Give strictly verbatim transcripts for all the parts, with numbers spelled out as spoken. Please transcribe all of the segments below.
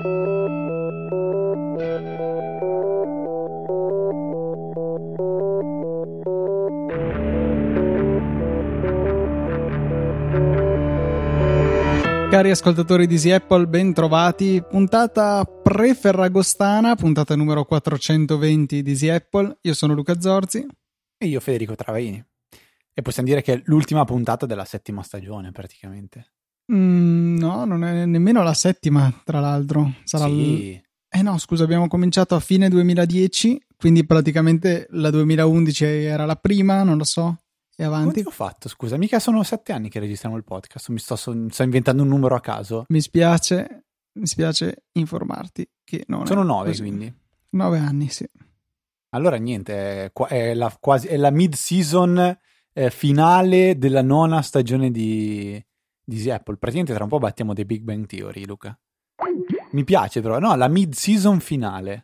Cari ascoltatori di Easy Apple, ben trovati. Puntata pre-ferragostana, puntata numero quattrocentoventi di Easy Apple. Io sono Luca Zorzi. E io Federico Travaini. E possiamo dire che è l'ultima puntata della settima stagione, praticamente. Mm, no, non è nemmeno la settima, tra l'altro. Sarà sì. L... Eh no, scusa, abbiamo cominciato a fine duemiladieci, quindi praticamente la duemilaundici era la prima, non lo so. E avanti. Quanto ho fatto? Scusa, mica sono sette anni che registriamo il podcast. Mi sto, sto inventando un numero a caso. Mi spiace, mi spiace informarti che non sono è nove, così. Quindi. Nove anni, sì. Allora niente, è, qua, è, la, quasi, è la mid-season eh, finale della nona stagione di, di Easy Apple. Praticamente tra un po' battiamo dei Big Bang Theory, Luca. Mi piace però, no, la mid-season finale.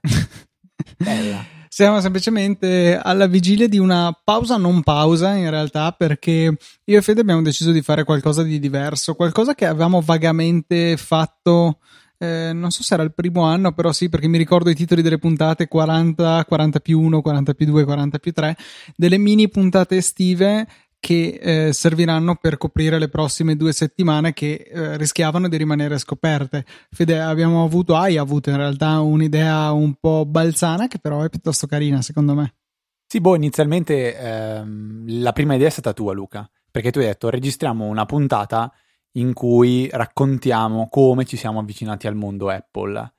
Bella. Siamo semplicemente alla vigilia di una pausa non pausa in realtà, perché io e Fede abbiamo deciso di fare qualcosa di diverso, qualcosa che avevamo vagamente fatto, eh, non so se era il primo anno, però sì, perché mi ricordo i titoli delle puntate quaranta, quaranta più uno, quaranta più due, quaranta più tre, delle mini puntate estive che eh, serviranno per coprire le prossime due settimane che eh, rischiavano di rimanere scoperte. Fede, abbiamo avuto, hai avuto in realtà un'idea un po' balzana che però è piuttosto carina secondo me. Sì, boh, inizialmente ehm, la prima idea è stata tua, Luca, perché tu hai detto registriamo una puntata in cui raccontiamo come ci siamo avvicinati al mondo Apple.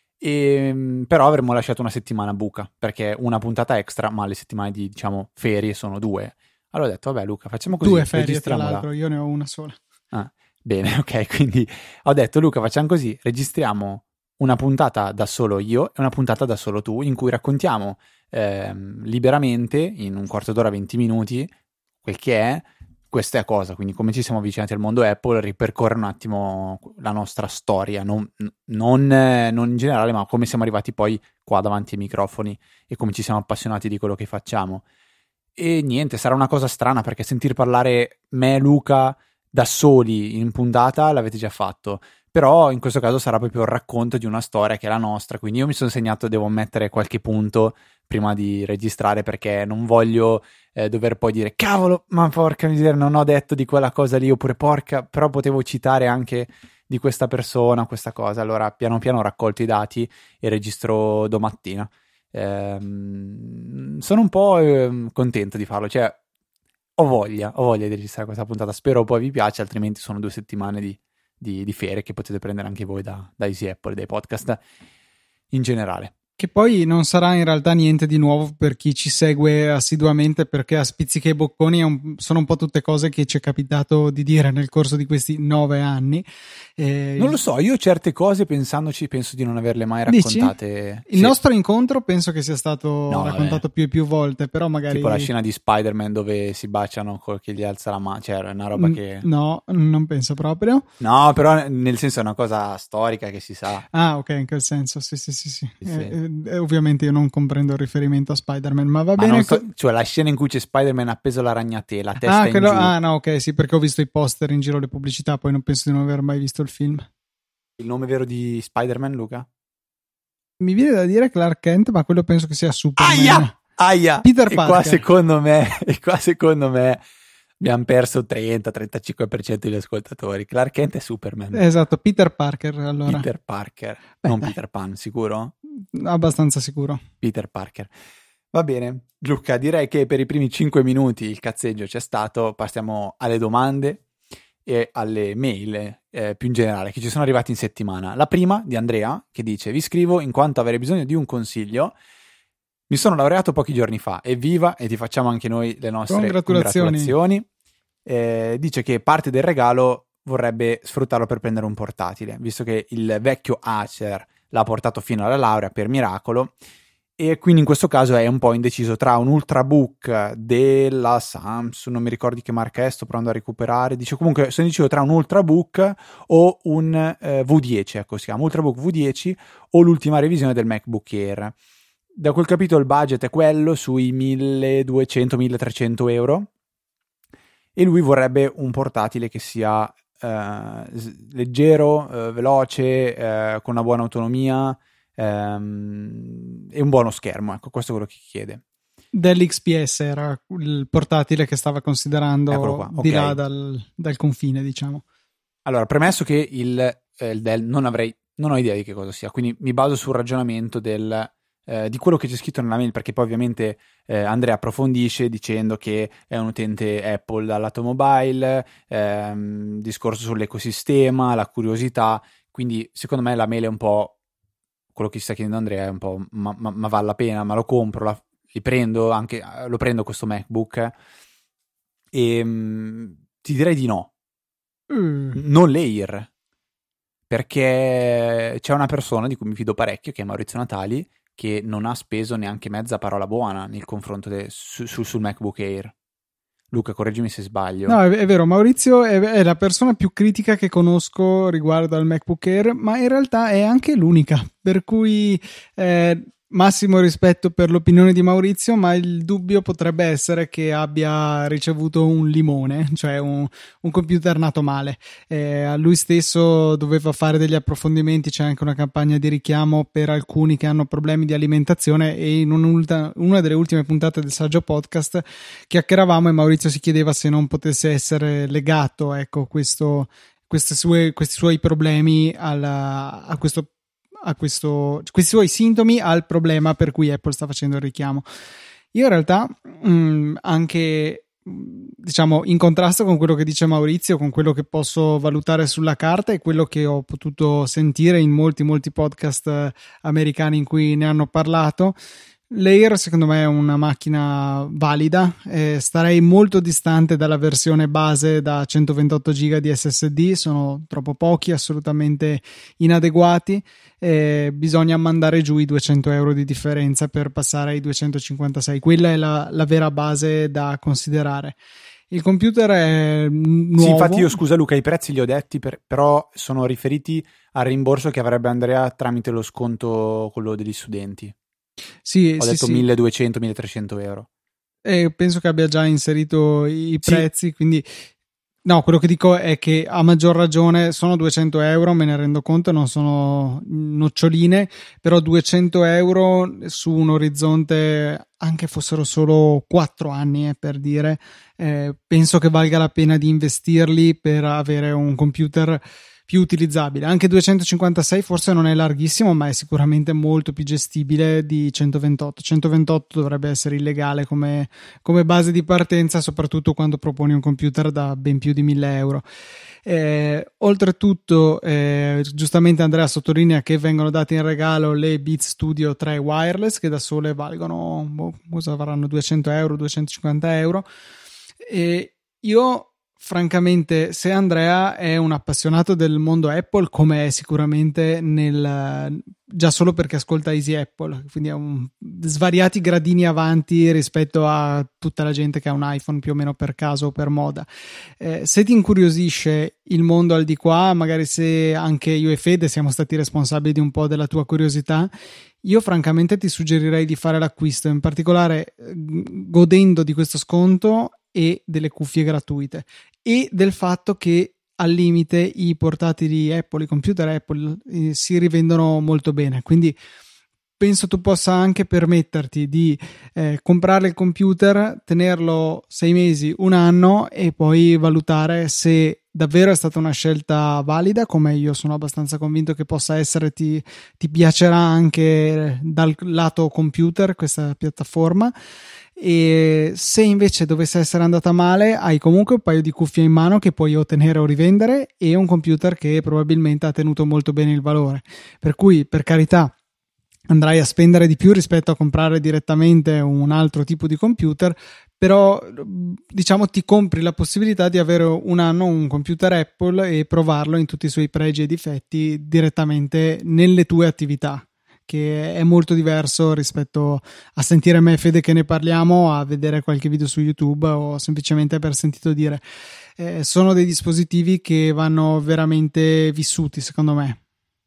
E, però avremmo lasciato una settimana buca, perché una puntata extra, ma le settimane di, diciamo, ferie sono due. Allora ho detto, vabbè Luca, facciamo così. Due ferie tra l'altro, io ne ho una sola. Ah, bene, ok, quindi ho detto Luca, facciamo così, registriamo una puntata da solo io e una puntata da solo tu, in cui raccontiamo ehm, liberamente, in un quarto d'ora, venti minuti, quel che è, questa è cosa, quindi come ci siamo avvicinati al mondo Apple, ripercorrere un attimo la nostra storia, non, non, non in generale, ma come siamo arrivati poi qua davanti ai microfoni e come ci siamo appassionati di quello che facciamo. E niente, sarà una cosa strana perché sentir parlare me e Luca da soli in puntata l'avete già fatto, però in questo caso sarà proprio il racconto di una storia che è la nostra, quindi io mi sono segnato, devo mettere qualche punto prima di registrare perché non voglio eh, dover poi dire cavolo, ma porca miseria, non ho detto di quella cosa lì, oppure porca, però potevo citare anche di questa persona questa cosa. Allora piano piano ho raccolto i dati e registro domattina. Ehm, sono un po' eh, contento di farlo, cioè ho voglia, ho voglia di registrare questa puntata, spero poi vi piace, altrimenti sono due settimane di, di, di ferie che potete prendere anche voi da, da Easy Apple, dai podcast in generale. Che poi non sarà in realtà niente di nuovo per chi ci segue assiduamente, perché a spizzichi e bocconi è un, sono un po' tutte cose che ci è capitato di dire nel corso di questi nove anni. Eh, non lo so, io certe cose pensandoci penso di non averle mai raccontate. Dici? Il sì. nostro incontro penso che sia stato no, raccontato vabbè. più e più volte, però magari tipo la scena di Spider-Man dove si baciano con chi gli alza la mano, cioè è una roba che no, non penso proprio. No, però nel senso è una cosa storica che si sa. Ah, ok, in quel senso, sì, sì, sì, sì. sì, sì. Eh, eh, ovviamente io non comprendo il riferimento a Spider-Man, ma va ma bene. So, cioè la scena in cui c'è Spider-Man appeso alla ragnatela, testa ah, in quello, giù. ah, no, ok, sì, perché ho visto i poster in giro, le pubblicità, poi non penso di non aver mai visto il film. Il nome vero di Spider-Man, Luca? Mi viene da dire Clark Kent, ma quello penso che sia Superman. Aia! Aia! Peter e Parker. Qua secondo me, e qua secondo me abbiamo perso trenta trentacinque per cento degli ascoltatori. Clark Kent è Superman. Esatto, Peter Parker allora. Peter Parker, beh, non beh. Peter Pan, sicuro? Abbastanza sicuro. Peter Parker. Va bene, Luca, direi che per i primi cinque minuti il cazzeggio c'è stato, passiamo alle domande e alle mail eh, più in generale che ci sono arrivate in settimana. La prima di Andrea che dice: vi scrivo in quanto avrei bisogno di un consiglio. Mi sono laureato pochi giorni fa, evviva, e ti facciamo anche noi le nostre congratulazioni, congratulazioni. Eh, dice che parte del regalo vorrebbe sfruttarlo per prendere un portatile, visto che il vecchio Acer l'ha portato fino alla laurea per miracolo, e quindi in questo caso è un po' indeciso tra un Ultrabook della Samsung, non mi ricordo che marca è, sto provando a recuperare, dice comunque sono indeciso tra un Ultrabook o un eh, V dieci, ecco si chiama, Ultrabook V dieci o l'ultima revisione del MacBook Air. Da quel capito il budget è quello, sui milleduecento milletrecento euro, e lui vorrebbe un portatile che sia eh, leggero, eh, veloce, eh, con una buona autonomia ehm, e un buono schermo, ecco, questo è quello che chiede. Dell'X P S era il portatile che stava considerando Qua, di okay. là dal, dal confine, diciamo. Allora, premesso che il, eh, il Dell non avrei, non ho idea di che cosa sia, quindi mi baso sul ragionamento del, eh, di quello che c'è scritto nella mail, perché poi ovviamente eh, Andrea approfondisce dicendo che è un utente Apple dal lato mobile, ehm, discorso sull'ecosistema, la curiosità, quindi secondo me la mail è un po' quello che sta chiedendo Andrea, è un po' ma, ma, ma vale la pena, ma lo compro, la, li prendo, anche, lo prendo questo MacBook e mh, ti direi di no. Mm. Non l'Air, perché c'è una persona di cui mi fido parecchio, che è Maurizio Natali, che non ha speso neanche mezza parola buona nel confronto de, su, su, sul MacBook Air. Luca, correggimi se sbaglio. No, è, è vero, Maurizio è, è la persona più critica che conosco riguardo al MacBook Air, ma in realtà è anche l'unica, per cui eh, massimo rispetto per l'opinione di Maurizio, ma il dubbio potrebbe essere che abbia ricevuto un limone, cioè un, un computer nato male. Eh, lui stesso doveva fare degli approfondimenti, c'è anche una campagna di richiamo per alcuni che hanno problemi di alimentazione, e in un'ultima, una delle ultime puntate del Saggio Podcast chiacchieravamo e Maurizio si chiedeva se non potesse essere legato, ecco, questo, queste sue, questi suoi problemi alla, a questo a questo, questi suoi sintomi al problema per cui Apple sta facendo il richiamo. Io in realtà mh, anche diciamo in contrasto con quello che dice Maurizio, con quello che posso valutare sulla carta e quello che ho potuto sentire in molti molti podcast americani in cui ne hanno parlato, l'Air secondo me è una macchina valida, eh, starei molto distante dalla versione base da centoventotto giga di S S D, sono troppo pochi, assolutamente inadeguati, eh, bisogna mandare giù i duecento euro di differenza per passare ai duecentocinquantasei, quella è la, la vera base da considerare. Il computer è nuovo. Sì, infatti io scusa Luca, i prezzi li ho detti, per, però sono riferiti al rimborso che avrebbe Andrea tramite lo sconto, quello degli studenti. Sì, ho sì, detto sì. milleduecento milletrecento euro. E penso che abbia già inserito i prezzi, sì. Quindi no, quello che dico è che a maggior ragione sono duecento euro, me ne rendo conto, non sono noccioline, però duecento euro su un orizzonte, anche fossero solo quattro anni, eh, per dire, eh, penso che valga la pena di investirli per avere un computer più utilizzabile. Anche duecentocinquantasei forse non è larghissimo, ma è sicuramente molto più gestibile di centoventotto. centoventotto dovrebbe essere illegale come, come base di partenza, soprattutto quando proponi un computer da ben più di mille euro. Eh, oltretutto, eh, giustamente Andrea sottolinea che vengono date in regalo le Beats Studio tre wireless, che da sole valgono, boh, cosa varranno, duecento euro, duecentocinquanta euro. E io francamente, se Andrea è un appassionato del mondo Apple, come è sicuramente nel, già solo perché ascolta Easy Apple, quindi ha un, svariati gradini avanti rispetto a tutta la gente che ha un iPhone più o meno per caso o per moda. Eh, se ti incuriosisce il mondo al di qua, magari se anche io e Fede siamo stati responsabili di un po' della tua curiosità, io francamente ti suggerirei di fare l'acquisto, in particolare godendo di questo sconto e delle cuffie gratuite e del fatto che al limite i portatili Apple, i computer Apple eh, si rivendono molto bene, quindi penso tu possa anche permetterti di eh, comprare il computer, tenerlo sei mesi, un anno e poi valutare se davvero è stata una scelta valida, come io sono abbastanza convinto che possa essere. Ti, ti piacerà anche dal lato computer questa piattaforma. E se invece dovesse essere andata male, hai comunque un paio di cuffie in mano che puoi ottenere o rivendere e un computer che probabilmente ha tenuto molto bene il valore, per cui per carità andrai a spendere di più rispetto a comprare direttamente un altro tipo di computer, però diciamo ti compri la possibilità di avere un anno un computer Apple e provarlo in tutti i suoi pregi e difetti direttamente nelle tue attività, che è molto diverso rispetto a sentire me e Fede che ne parliamo, a vedere qualche video su YouTube o semplicemente aver sentito dire. Eh, sono dei dispositivi che vanno veramente vissuti, secondo me.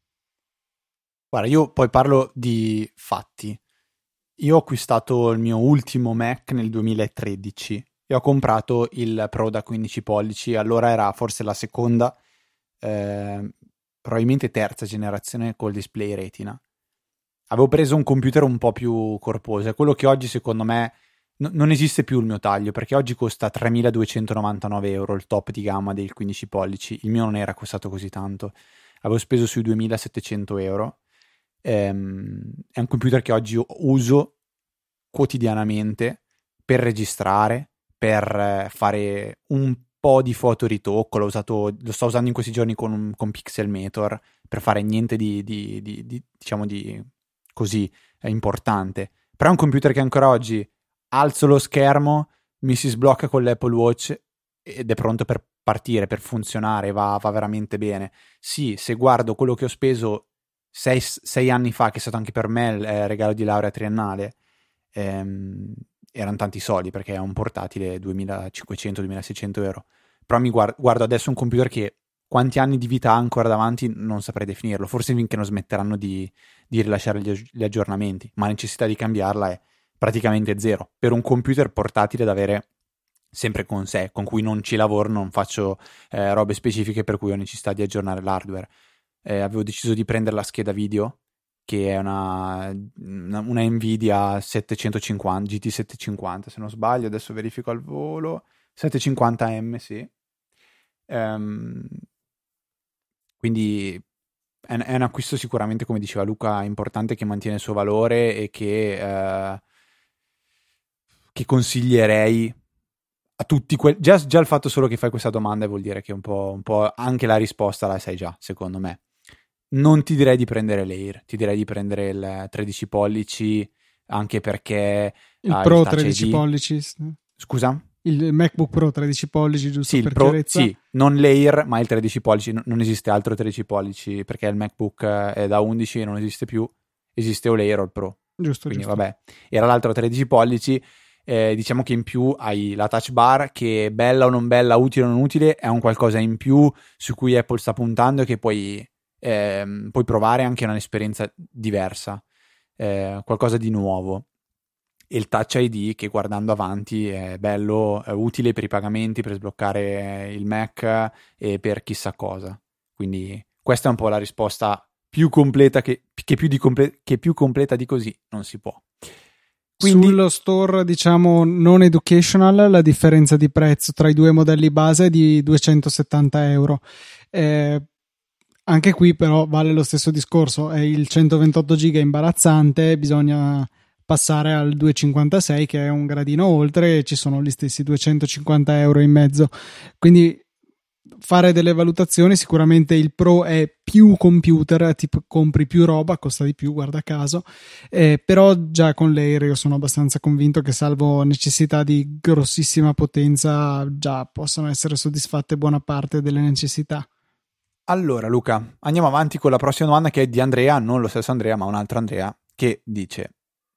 Guarda, io poi parlo di fatti. Io ho acquistato il mio ultimo Mac nel duemilatredici, e ho comprato il Pro da quindici pollici. Allora era forse la seconda, eh, probabilmente terza generazione col display Retina. Avevo preso un computer un po' più corposo, è quello che oggi secondo me n- non esiste più il mio taglio, perché oggi costa tremiladuecentonovantanove euro il top di gamma del quindici pollici. Il mio non era costato così tanto, avevo speso sui duemilasettecento euro. Ehm, è un computer che oggi uso quotidianamente per registrare, per eh, fare un po' di fotoritocco. L'ho usato, lo sto usando in questi giorni con, un, con Pixelmator per fare niente di, di, di, di diciamo di così è importante. Però è un computer che ancora oggi alzo lo schermo, mi si sblocca con l'Apple Watch ed è pronto per partire, per funzionare, va, va veramente bene. Sì, se guardo quello che ho speso sei, sei anni fa, che è stato anche per me il eh, regalo di laurea triennale, ehm, erano tanti soldi, perché è un portatile duemilacinquecento duemilaseicento euro. Però mi guardo, guardo adesso un computer che quanti anni di vita ha ancora davanti non saprei definirlo, forse finché non smetteranno di, di rilasciare gli, gli aggiornamenti, ma la necessità di cambiarla è praticamente zero per un computer portatile da avere sempre con sé, con cui non ci lavoro, non faccio eh, robe specifiche per cui ho necessità di aggiornare l'hardware. Eh, avevo deciso di prendere la scheda video, che è una, una, una Nvidia settecentocinquanta, G T settecentocinquanta se non sbaglio, adesso verifico al volo, settecentocinquanta M, sì. Um, quindi è, è un acquisto sicuramente, come diceva Luca, importante, che mantiene il suo valore e che, uh, che consiglierei a tutti que- già, già il fatto solo che fai questa domanda vuol dire che un po', un po' anche la risposta la sai già, secondo me. Non ti direi di prendere l'Air, ti direi di prendere il tredici pollici, anche perché il uh, Pro il Touch tredici I D. pollici. Scusa? Il MacBook Pro tredici pollici, giusto Sì, per il Pro, chiarezza. sì, non l'Air, ma il tredici pollici. No, non esiste altro tredici pollici, perché il MacBook è da undici e non esiste più. Esiste o l'Air o il Pro. Giusto, Quindi giusto. vabbè, era l'altro tredici pollici. Eh, diciamo che in più hai la touch bar, che bella o non bella, utile o non utile, è un qualcosa in più su cui Apple sta puntando e che puoi, ehm, puoi provare anche un'esperienza diversa, eh, qualcosa di nuovo. E il Touch I D, che guardando avanti è bello, è utile per i pagamenti, per sbloccare il Mac e per chissà cosa. Quindi questa è un po' la risposta più completa che, che, più, di comple- che più completa di così non si può. Quindi, sullo store, diciamo, non educational, la differenza di prezzo tra i due modelli base è di duecentosettanta euro. Eh, anche qui però vale lo stesso discorso, è il centoventotto giga imbarazzante, bisogna passare al duecentocinquantasei che è un gradino oltre e ci sono gli stessi duecentocinquanta euro in mezzo. Quindi fare delle valutazioni, sicuramente il Pro è più computer, tipo compri più roba, costa di più, guarda caso, eh, però già con l'Air io sono abbastanza convinto che, salvo necessità di grossissima potenza, già possono essere soddisfatte buona parte delle necessità. Allora Luca, andiamo avanti con la prossima domanda, che è di Andrea, non lo stesso Andrea ma un altro Andrea, che dice: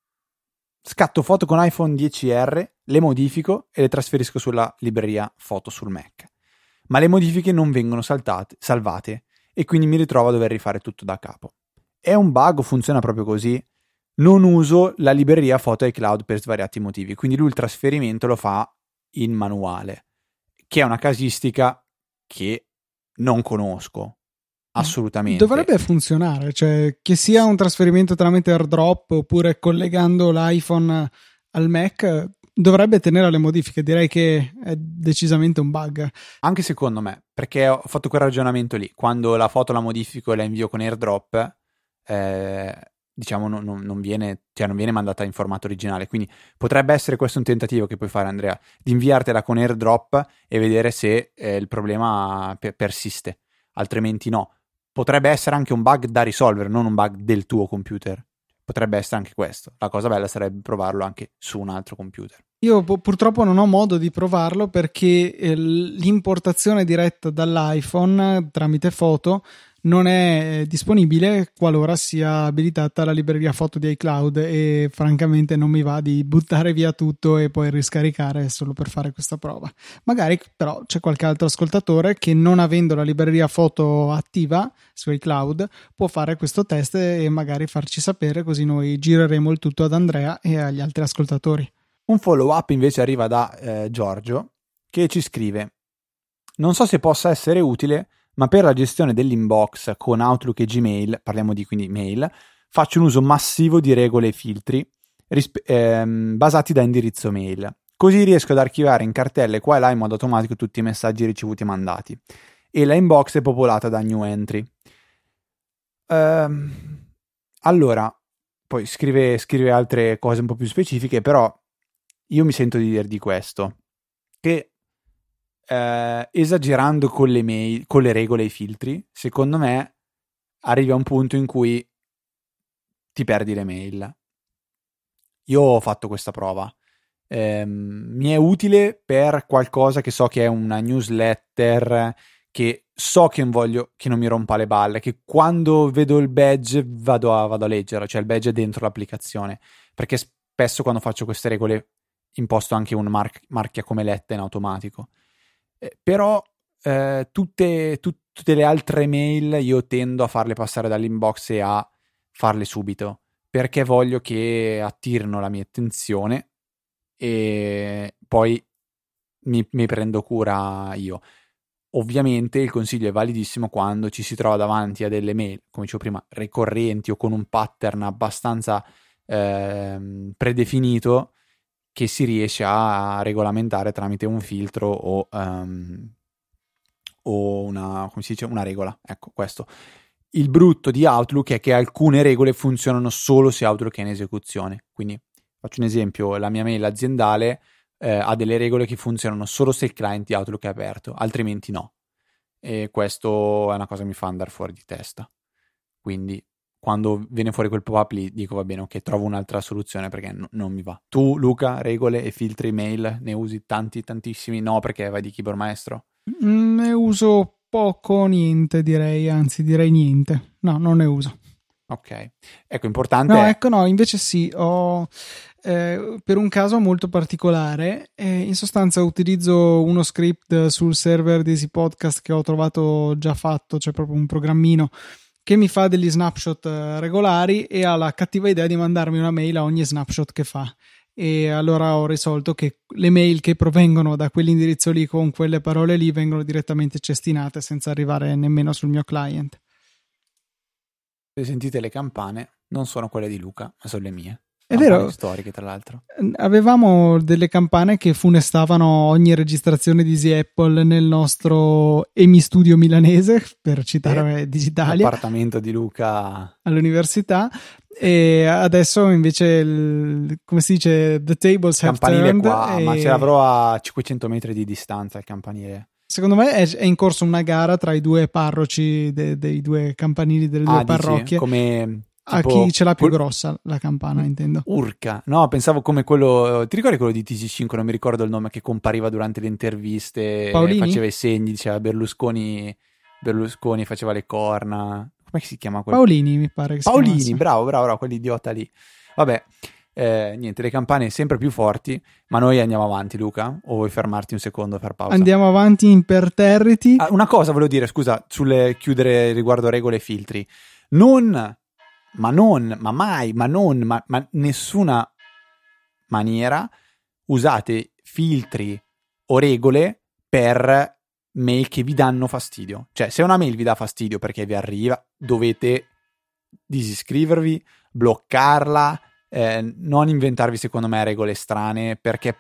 scatto foto con iPhone dieci R, le modifico e le trasferisco sulla libreria foto sul Mac, ma le modifiche non vengono saltate, salvate e quindi mi ritrovo a dover rifare tutto da capo. È un bug o funziona proprio così? Non uso la libreria foto iCloud per svariati motivi, quindi lui il trasferimento lo fa in manuale, che è una casistica che non conosco assolutamente. Dovrebbe funzionare, cioè che sia un trasferimento tramite AirDrop oppure collegando l'iPhone al Mac, dovrebbe tenere le modifiche. Direi che è decisamente un bug. Anche secondo me, perché ho fatto quel ragionamento lì. Quando la foto la modifico e la invio con AirDrop, eh, diciamo non, non, non viene, cioè non viene mandata in formato originale. Quindi potrebbe essere questo un tentativo che puoi fare, Andrea, di inviartela con AirDrop e vedere se eh, il problema per- persiste. Altrimenti no. Potrebbe essere anche un bug da risolvere, non un bug del tuo computer. Potrebbe essere anche questo. La cosa bella sarebbe provarlo anche su un altro computer. Io purtroppo non ho modo di provarlo perché eh, l'importazione diretta dall'iPhone tramite foto non è disponibile qualora sia abilitata la libreria foto di iCloud, e francamente non mi va di buttare via tutto e poi riscaricare solo per fare questa prova. Magari però c'è qualche altro ascoltatore che, non avendo la libreria foto attiva su iCloud, può fare questo test e magari farci sapere, così noi gireremo il tutto ad Andrea e agli altri ascoltatori. Un follow up invece arriva da eh, Giorgio, che ci scrive: non so se possa essere utile, ma per la gestione dell'inbox con Outlook e Gmail, parliamo di quindi mail, faccio un uso massivo di regole e filtri rispe- ehm, basati da indirizzo mail. Così riesco ad archiviare in cartelle qua e là in modo automatico tutti i messaggi ricevuti e mandati. E la inbox è popolata da new entry. Ehm, allora, poi scrive, scrive altre cose un po' più specifiche, però io mi sento di dirti questo, che eh, esagerando con le mail, con le regole e i filtri, secondo me arrivi a un punto in cui ti perdi le mail. Io ho fatto questa prova. Eh, mi è utile per qualcosa che so che è una newsletter, che so che non voglio, che non mi rompa le balle, che quando vedo il badge vado a, vado a leggere, cioè il badge è dentro l'applicazione, perché spesso quando faccio queste regole imposto anche un mar- marchia come letta in automatico. Eh, però eh, tutte, tut- tutte le altre mail io tendo a farle passare dall'inbox e a farle subito, perché voglio che attirino la mia attenzione e poi mi, mi prendo cura io. Ovviamente il consiglio è validissimo quando ci si trova davanti a delle mail, come dicevo prima, ricorrenti o con un pattern abbastanza eh, predefinito, che si riesce a regolamentare tramite un filtro o, um, o una, come si dice, una regola. Ecco, questo. Il brutto di Outlook è che alcune regole funzionano solo se Outlook è in esecuzione. Quindi faccio un esempio: la mia mail aziendale eh, ha delle regole che funzionano solo se il client di Outlook è aperto, altrimenti no. E questo è una cosa che mi fa andare fuori di testa. Quindi quando viene fuori quel pop-up lì dico va bene, ok, trovo un'altra soluzione perché no, non mi va. Tu, Luca, regole e filtri mail ne usi tanti, tantissimi? No, perché vai di keyboard maestro? Mm, ne uso poco, niente direi, anzi direi niente. No, non ne uso. Ok, ecco, importante. No, è... ecco, no, invece sì, ho eh, per un caso molto particolare, eh, in sostanza utilizzo uno script sul server di Easy Podcast che ho trovato già fatto, cioè proprio un programmino che mi fa degli snapshot regolari e ha la cattiva idea di mandarmi una mail a ogni snapshot che fa. E allora ho risolto che le mail che provengono da quell'indirizzo lì con quelle parole lì vengono direttamente cestinate senza arrivare nemmeno sul mio client. Se sentite le campane, non sono quelle di Luca, ma sono le mie. È vero, storiche tra l'altro. Avevamo delle campane che funestavano ogni registrazione di Easy Apple nel nostro Emi Studio milanese, per citare e Digitalia, l'appartamento di Luca all'università, e adesso invece il, come si dice, the tables have campanile turned qua, e... ma ce l'avrò a cinquecento metri di distanza il campanile. Secondo me è, è in corso una gara tra i due parroci de, dei due campanili delle due ah, parrocchie. Dici, come a chi ce l'ha più grossa la campana, intendo. Urca, no, pensavo come quello, ti ricordi quello di T G cinque, non mi ricordo il nome, che compariva durante le interviste, Paolini? Faceva i segni, diceva Berlusconi, Berlusconi faceva le corna, come si chiama quello? Paolini mi pare che Paolini, si bravo, bravo, bravo, quell'idiota lì. Vabbè, eh, niente, le campane sempre più forti, ma noi andiamo avanti, Luca, o vuoi fermarti un secondo per pausa? Andiamo avanti imperterriti. Ah, una cosa volevo dire, scusa, sulle chiudere riguardo regole e filtri, non... ma non, ma mai, ma non, ma, ma nessuna maniera usate filtri o regole per mail che vi danno fastidio. Cioè, se una mail vi dà fastidio perché vi arriva, dovete disiscrivervi, bloccarla, eh, non inventarvi, secondo me, regole strane, perché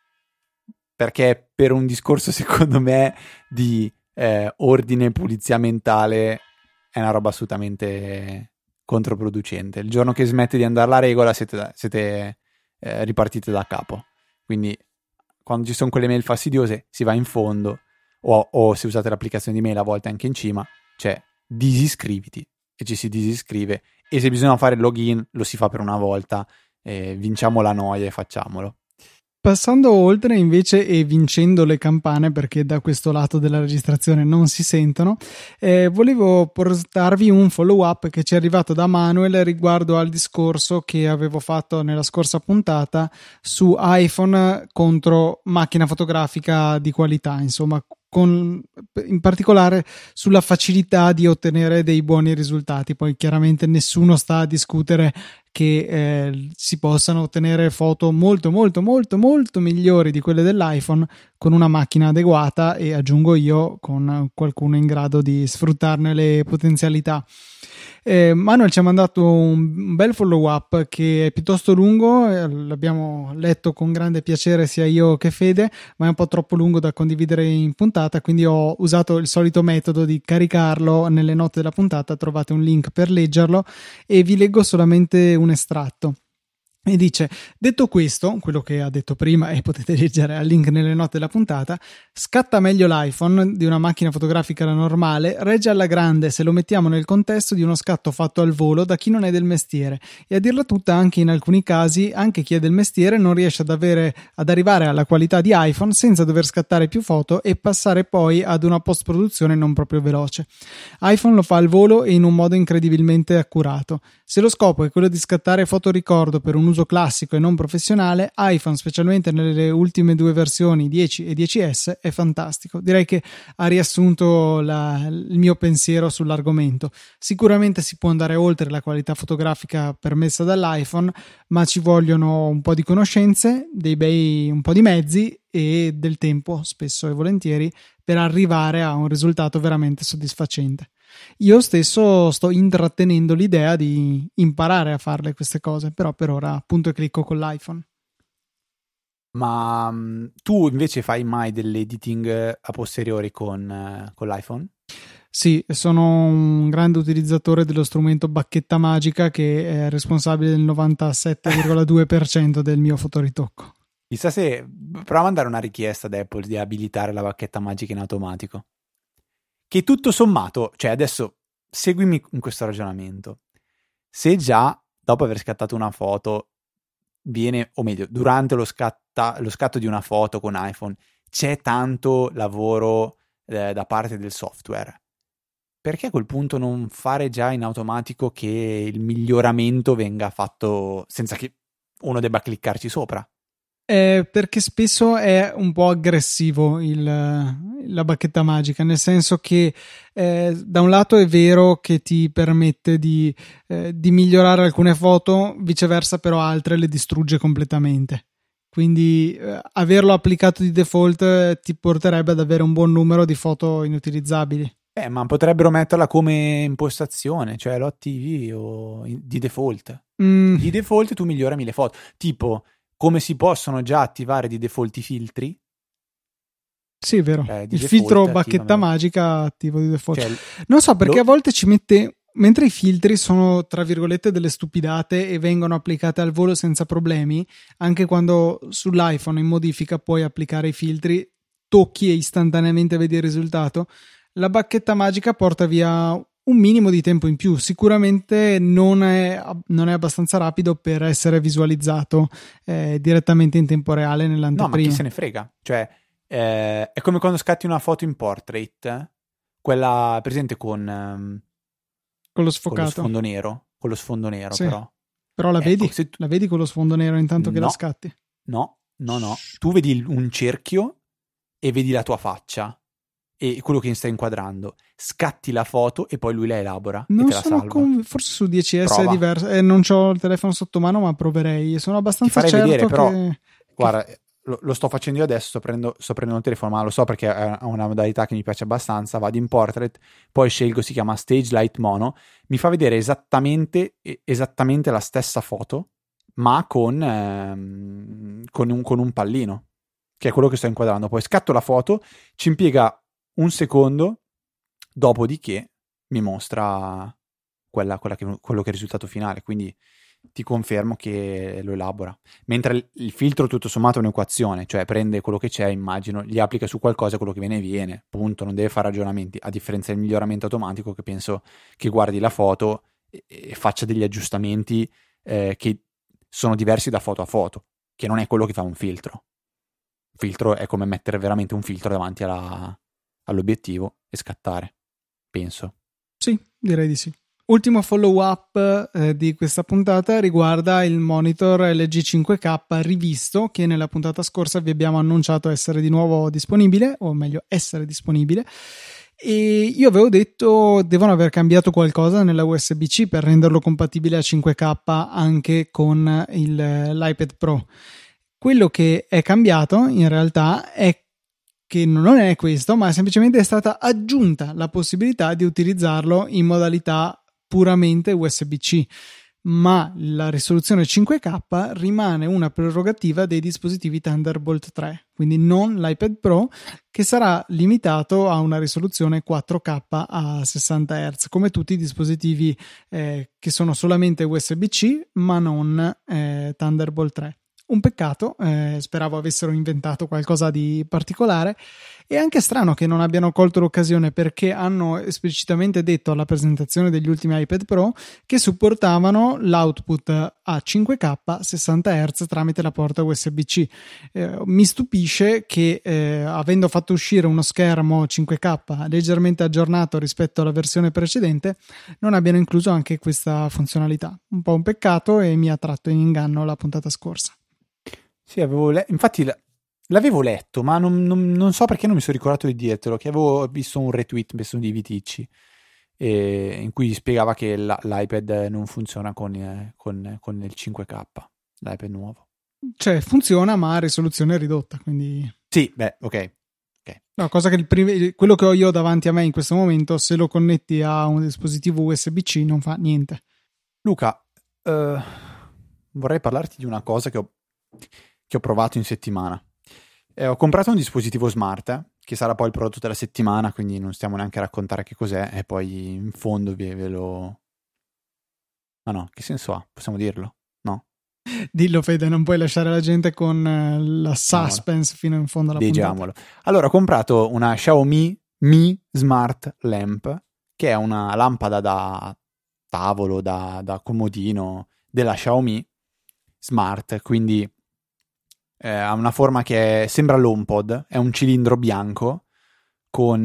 perché per un discorso, secondo me, di eh, ordine e pulizia mentale è una roba assolutamente controproducente. Il giorno che smette di andare la regola siete, siete eh, ripartite da capo. Quindi quando ci sono quelle mail fastidiose si va in fondo, o, o se usate l'applicazione di mail a volte anche in cima, cioè disiscriviti, e ci si disiscrive, e se bisogna fare il login lo si fa per una volta, eh, vinciamo la noia e facciamolo. Passando oltre invece e vincendo le campane, perché da questo lato della registrazione non si sentono, eh, volevo portarvi un follow up che ci è arrivato da Manuel riguardo al discorso che avevo fatto nella scorsa puntata su iPhone contro macchina fotografica di qualità, insomma con, in particolare sulla facilità di ottenere dei buoni risultati. Poi chiaramente nessuno sta a discutere che eh, si possano ottenere foto molto molto molto molto migliori di quelle dell'iPhone con una macchina adeguata, e aggiungo io, con qualcuno in grado di sfruttarne le potenzialità. Eh, Manuel ci ha mandato un bel follow up che è piuttosto lungo, eh, l'abbiamo letto con grande piacere sia io che Fede, ma è un po' troppo lungo da condividere in puntata, quindi ho usato il solito metodo di caricarlo nelle note della puntata. Trovate un link per leggerlo e vi leggo solamente un estratto. E dice: detto questo, quello che ha detto prima, e potete leggere al link nelle note della puntata, scatta meglio l'iPhone di una macchina fotografica normale, regge alla grande se lo mettiamo nel contesto di uno scatto fatto al volo da chi non è del mestiere, e a dirla tutta anche in alcuni casi anche chi è del mestiere non riesce ad avere ad arrivare alla qualità di iPhone senza dover scattare più foto e passare poi ad una post produzione non proprio veloce. iPhone lo fa al volo e in un modo incredibilmente accurato. Se lo scopo è quello di scattare fotoricordo per un uso classico e non professionale, iPhone, specialmente nelle ultime due versioni dieci e dieci esse, è fantastico. Direi che ha riassunto la, il mio pensiero sull'argomento. Sicuramente si può andare oltre la qualità fotografica permessa dall'iPhone, ma ci vogliono un po' di conoscenze, dei bei un po' di mezzi e del tempo, spesso e volentieri, per arrivare a un risultato veramente soddisfacente. Io stesso sto intrattenendo l'idea di imparare a farle queste cose, però per ora punto e clicco con l'iPhone. Ma um, tu invece fai mai dell'editing a posteriori con, uh, con l'iPhone? Sì, sono un grande utilizzatore dello strumento Bacchetta Magica, che è responsabile del novantasette virgola due per cento del mio fotoritocco. Chissà se prova a mandare una richiesta ad Apple di abilitare la bacchetta magica in automatico. Che tutto sommato, cioè adesso seguimi in questo ragionamento. Se già dopo aver scattato una foto viene, o meglio, durante lo, scatta, lo scatto di una foto con iPhone c'è tanto lavoro eh, da parte del software, perché a quel punto non fare già in automatico che il miglioramento venga fatto senza che uno debba cliccarci sopra? Eh, perché spesso è un po' aggressivo il, la bacchetta magica, nel senso che eh, da un lato è vero che ti permette di, eh, di migliorare alcune foto, viceversa però altre le distrugge completamente. Quindi eh, averlo applicato di default eh, ti porterebbe ad avere un buon numero di foto inutilizzabili. Eh, ma potrebbero metterla come impostazione, cioè lo attivi o in, di default. Mm. Di default tu migliorami le foto, tipo come si possono già attivare di default i filtri. Sì, è vero. Cioè, il filtro bacchetta attivano... magica attivo di default. Cioè, non so perché lo... a volte ci mette, mentre i filtri sono tra virgolette delle stupidate e vengono applicate al volo senza problemi, anche quando sull'iPhone in modifica puoi applicare i filtri, tocchi e istantaneamente vedi il risultato, la bacchetta magica porta via un minimo di tempo in più. Sicuramente non è, non è abbastanza rapido per essere visualizzato eh, direttamente in tempo reale nell'anteprima. No, ma chi se ne frega? Cioè, eh, è come quando scatti una foto in portrait, eh? Quella presente con, um, con lo sfocato, con lo sfondo nero, con lo sfondo nero, sì. però. Però la ecco, vedi? tu... La vedi con lo sfondo nero intanto no, che la scatti? No, no, no. Tu vedi un cerchio e vedi la tua faccia e quello che sta inquadrando, scatti la foto e poi lui la elabora non e te la sono salva. Con... forse su dieci esse Prova. È diverso, eh, non ho il telefono sotto mano, ma proverei. Sono abbastanza Ti farei certo vedere, però, che... guarda, lo, lo sto facendo io adesso, sto prendendo, sto prendendo il telefono, ma lo so perché è una modalità che mi piace abbastanza. Vado in portrait, poi scelgo, si chiama Stage Light Mono, mi fa vedere esattamente, esattamente la stessa foto, ma con, ehm, con, un, con un pallino, che è quello che sto inquadrando. Poi scatto la foto, ci impiega un secondo, dopodiché mi mostra quella, quella che, quello che è il risultato finale, quindi ti confermo che lo elabora. Mentre il, il filtro tutto sommato è un'equazione, cioè prende quello che c'è, immagino, gli applica su qualcosa, quello che viene viene, punto, non deve fare ragionamenti, a differenza del miglioramento automatico che penso che guardi la foto e, e faccia degli aggiustamenti eh, che sono diversi da foto a foto, che non è quello che fa un filtro. Un filtro è come mettere veramente un filtro davanti alla all'obiettivo e scattare, penso. Sì, direi di sì. Ultimo follow up eh, di questa puntata riguarda il monitor L G cinque K rivisto, che nella puntata scorsa vi abbiamo annunciato essere di nuovo disponibile, o meglio essere disponibile, e io avevo detto devono aver cambiato qualcosa nella U S B C per renderlo compatibile a cinque K anche con il, l'iPad Pro. Quello che è cambiato in realtà è che non è questo, ma semplicemente è stata aggiunta la possibilità di utilizzarlo in modalità puramente U S B C, ma la risoluzione cinque K rimane una prerogativa dei dispositivi Thunderbolt tre, quindi non l'iPad Pro, che sarà limitato a una risoluzione quattro K a sessanta hertz, come tutti i dispositivi eh, che sono solamente U S B C ma non eh, Thunderbolt tre. Un peccato, eh, speravo avessero inventato qualcosa di particolare. È anche strano che non abbiano colto l'occasione, perché hanno esplicitamente detto alla presentazione degli ultimi iPad Pro che supportavano l'output a cinque K sessanta hertz tramite la porta U S B C. Eh, mi stupisce che eh, avendo fatto uscire uno schermo cinque K leggermente aggiornato rispetto alla versione precedente non abbiano incluso anche questa funzionalità. Un po' un peccato, e mi ha tratto in inganno la puntata scorsa. Sì, avevo le- infatti l- l'avevo letto, ma non, non- non so perché non mi sono ricordato di dirtelo, che avevo visto un retweet penso di Viticci, e- in cui spiegava che la- l'iPad non funziona con, eh, con- con il cinque K, l'iPad nuovo. Cioè funziona ma a risoluzione ridotta, quindi Sì, beh, ok. no, cosa che il priv- quello che ho io davanti a me in questo momento, se lo connetti a un dispositivo U S B C non fa niente. Luca, eh, vorrei parlarti di una cosa che ho, che ho provato in settimana. Eh, ho comprato un dispositivo smart, eh, che sarà poi il prodotto della settimana, quindi non stiamo neanche a raccontare che cos'è, e poi in fondo ve, ve lo... Ma no, che senso ha? Possiamo dirlo? No? Dillo Fede, non puoi lasciare la gente con eh, la suspense fino in fondo alla Diciamolo. puntata. Allora, ho comprato una Xiaomi Mi Smart Lamp, che è una lampada da tavolo, da, da comodino della Xiaomi Smart, quindi eh, ha una forma che è- sembra l'HomePod, è un cilindro bianco con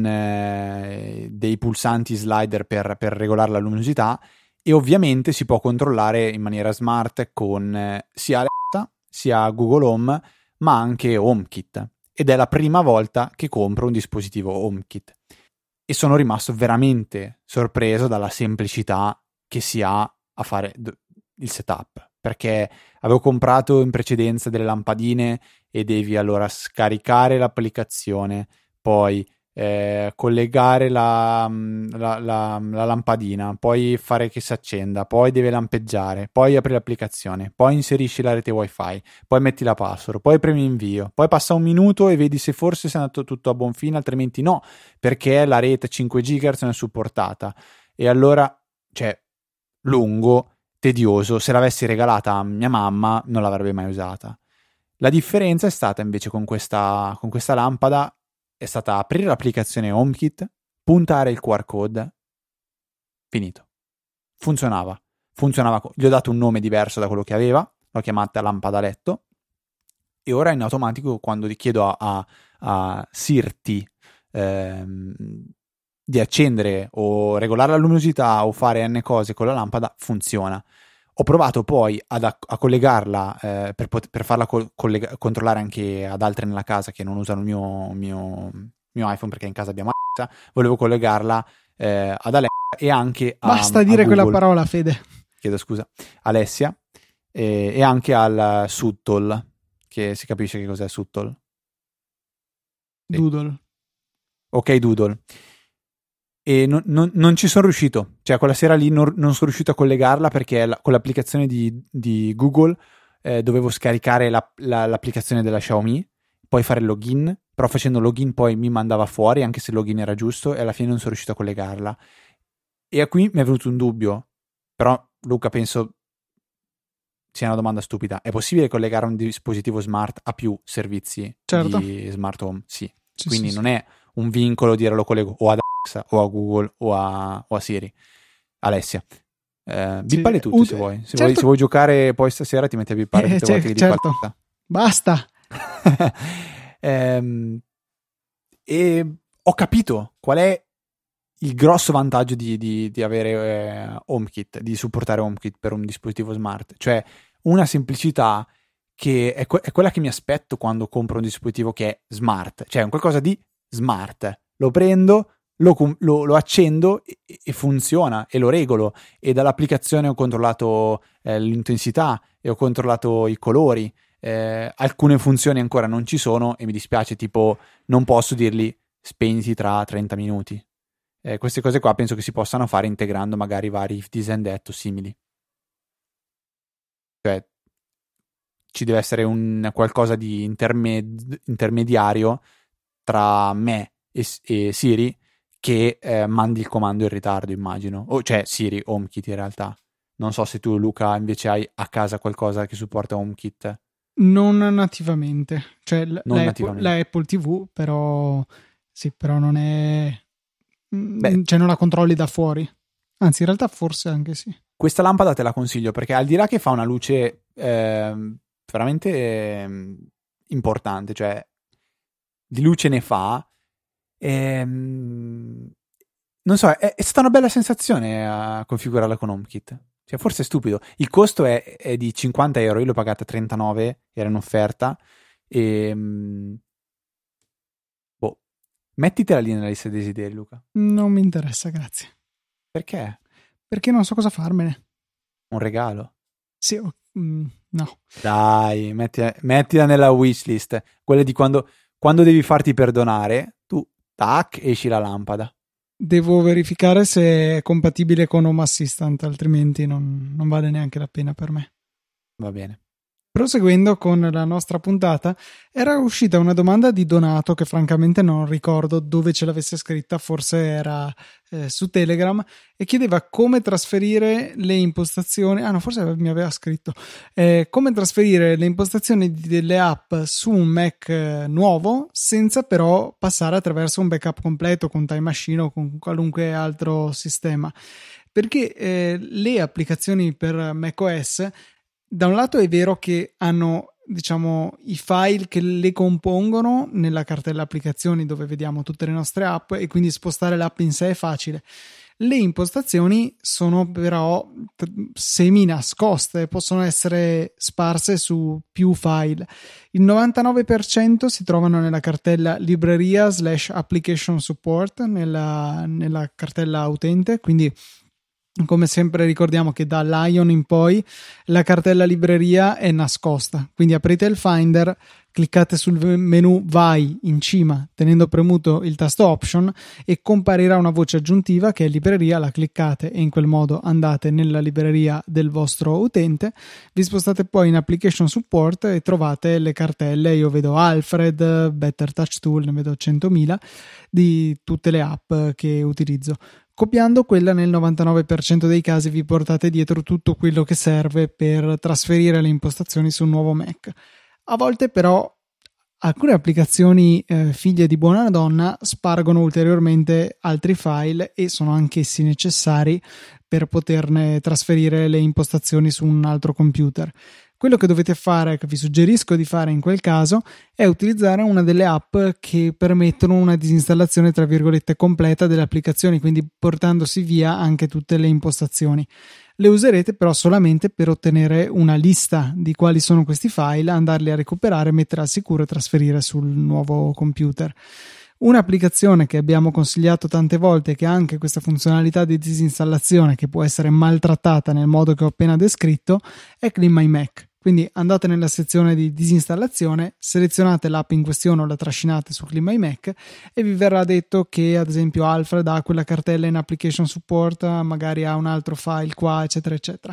eh, dei pulsanti slider per, per regolare la luminosità, e ovviamente si può controllare in maniera smart con eh, sia Alexa sia Google Home, ma anche HomeKit, ed è la prima volta che compro un dispositivo HomeKit e sono rimasto veramente sorpreso dalla semplicità che si ha a fare d- il setup, perché avevo comprato in precedenza delle lampadine e devi allora scaricare l'applicazione, poi eh, collegare la, la, la, la lampadina, poi fare che si accenda, poi deve lampeggiare, poi apri l'applicazione, poi inserisci la rete wifi, poi metti la password, poi premi invio, poi passa un minuto e vedi se forse sia andato tutto a buon fine, altrimenti no, perché la rete cinque gigahertz non è supportata. E allora, cioè, lungo, tedioso, se l'avessi regalata a mia mamma non l'avrebbe mai usata. La differenza è stata invece con questa, con questa lampada, è stata aprire l'applicazione HomeKit, puntare il Q R code, finito. Funzionava. Funzionava. Gli ho dato un nome diverso da quello che aveva, l'ho chiamata lampada letto, e ora in automatico quando ti chiedo a, a, a Sirti ehm, di accendere o regolare la luminosità o fare n cose con la lampada, funziona. Ho provato poi ad, a, a collegarla eh, per, pot- per farla co- collega- controllare anche ad altri nella casa che non usano il mio, mio, mio iPhone, perché in casa abbiamo Alexa. Volevo collegarla eh, ad Alexa e anche a Basta a dire Google. quella parola, Fede. Chiedo scusa, Alessia, e, e anche al Subtle, che si capisce che cos'è Subtle. Sì. Doodle. Ok, Doodle. E non, non, non ci sono riuscito, cioè quella sera lì non, non sono riuscito a collegarla, perché la, con l'applicazione di, di Google eh, dovevo scaricare la, la, l'applicazione della Xiaomi, poi fare il login, però facendo login poi mi mandava fuori anche se il login era giusto, e alla fine non sono riuscito a collegarla. E a qui mi è venuto un dubbio, però Luca penso sia una domanda stupida: è possibile collegare un dispositivo smart a più servizi Certo. di smart home? Sì, Sì, quindi sì, non sì. è un vincolo dire lo collego o ad Alexa o a Google o a, o a Siri. Alessia, eh, bippale Sì, tutti ut- se vuoi. Se, certo. vuoi. se vuoi giocare poi stasera ti metti a bippare Eh, tutte le cioè, volte che dico certo. Alexa. Basta. Ehm, e ho capito qual è il grosso vantaggio di, di, di avere eh, HomeKit, di supportare HomeKit per un dispositivo smart, cioè una semplicità che è, que- è quella che mi aspetto quando compro un dispositivo che è smart, cioè un qualcosa di smart. Lo prendo, lo, lo, lo accendo e, e funziona, e lo regolo, e dall'applicazione ho controllato eh, l'intensità e ho controllato i colori. Eh, alcune funzioni ancora non ci sono e mi dispiace, tipo non posso dirgli spegniti tra trenta minuti. Eh, queste cose qua penso che si possano fare integrando magari vari if this and that o simili. Cioè ci deve essere un qualcosa di intermed- intermediario tra me e, e Siri che eh, mandi il comando in ritardo, immagino. O cioè Siri, HomeKit in realtà. Non so se tu, Luca, invece hai a casa qualcosa che supporta HomeKit. Non nativamente, cioè l- Non la, Apple, nativamente. la Apple T V, però sì, però non è, Beh, mm, cioè non la controlli da fuori. Anzi, in realtà forse anche sì. questa lampada te la consiglio perché al di là che fa una luce eh, veramente eh, importante, cioè di luce ne fa, ehm, non so, è, è stata una bella sensazione a configurarla con HomeKit. Cioè, forse è stupido. Il costo è, è di cinquanta euro, io l'ho pagata trentanove, era in offerta. E, boh, mettitela lì nella lista dei desideri, Luca. Non mi interessa, grazie. Perché? Perché non so cosa farmene. Un regalo. Sì, oh, mm, no. Dai, mettila, mettila nella wishlist. Quelle di quando, quando devi farti perdonare, tu, tac, esci la lampada. Devo verificare se è compatibile con Home Assistant, altrimenti non, non vale neanche la pena per me. Va bene. Proseguendo con la nostra puntata, era uscita una domanda di Donato che francamente non ricordo dove ce l'avesse scritta, forse era eh, su Telegram, e chiedeva come trasferire le impostazioni, ah no, forse mi aveva scritto, eh, come trasferire le impostazioni delle app su un Mac eh, nuovo senza però passare attraverso un backup completo con Time Machine o con qualunque altro sistema. Perché eh, le applicazioni per macOS da un lato è vero che hanno, diciamo, i file che le compongono nella cartella applicazioni dove vediamo tutte le nostre app e quindi spostare l'app in sé è facile. Le impostazioni sono però semi nascoste, possono essere sparse su più file. Il novantanove per cento si trovano nella cartella libreria slash application support, nella, nella cartella utente, quindi come sempre ricordiamo che da Lion in poi la cartella libreria è nascosta, quindi aprite il Finder, cliccate sul menu Vai in cima tenendo premuto il tasto Option e comparirà una voce aggiuntiva che è libreria, la cliccate e in quel modo andate nella libreria del vostro utente. Vi spostate poi in Application Support e trovate le cartelle, io vedo Alfred, Better Touch Tool, ne vedo centomila di tutte le app che utilizzo. Copiando quella nel novantanove per cento dei casi vi portate dietro tutto quello che serve per trasferire le impostazioni su un nuovo Mac. A volte però alcune applicazioni eh, figlie di buona donna spargono ulteriormente altri file e sono anch'essi necessari per poterne trasferire le impostazioni su un altro computer. Quello che dovete fare, che vi suggerisco di fare in quel caso, è utilizzare una delle app che permettono una disinstallazione tra virgolette completa delle applicazioni, quindi portandosi via anche tutte le impostazioni. Le userete però solamente per ottenere una lista di quali sono questi file, andarli a recuperare, mettere al sicuro e trasferire sul nuovo computer. Un'applicazione che abbiamo consigliato tante volte, che ha anche questa funzionalità di disinstallazione che può essere maltrattata nel modo che ho appena descritto, è Clean My Mac. Quindi andate nella sezione di disinstallazione, selezionate l'app in questione o la trascinate su Clean My Mac e vi verrà detto che ad esempio Alfred ha quella cartella in application support, magari ha un altro file qua, eccetera eccetera.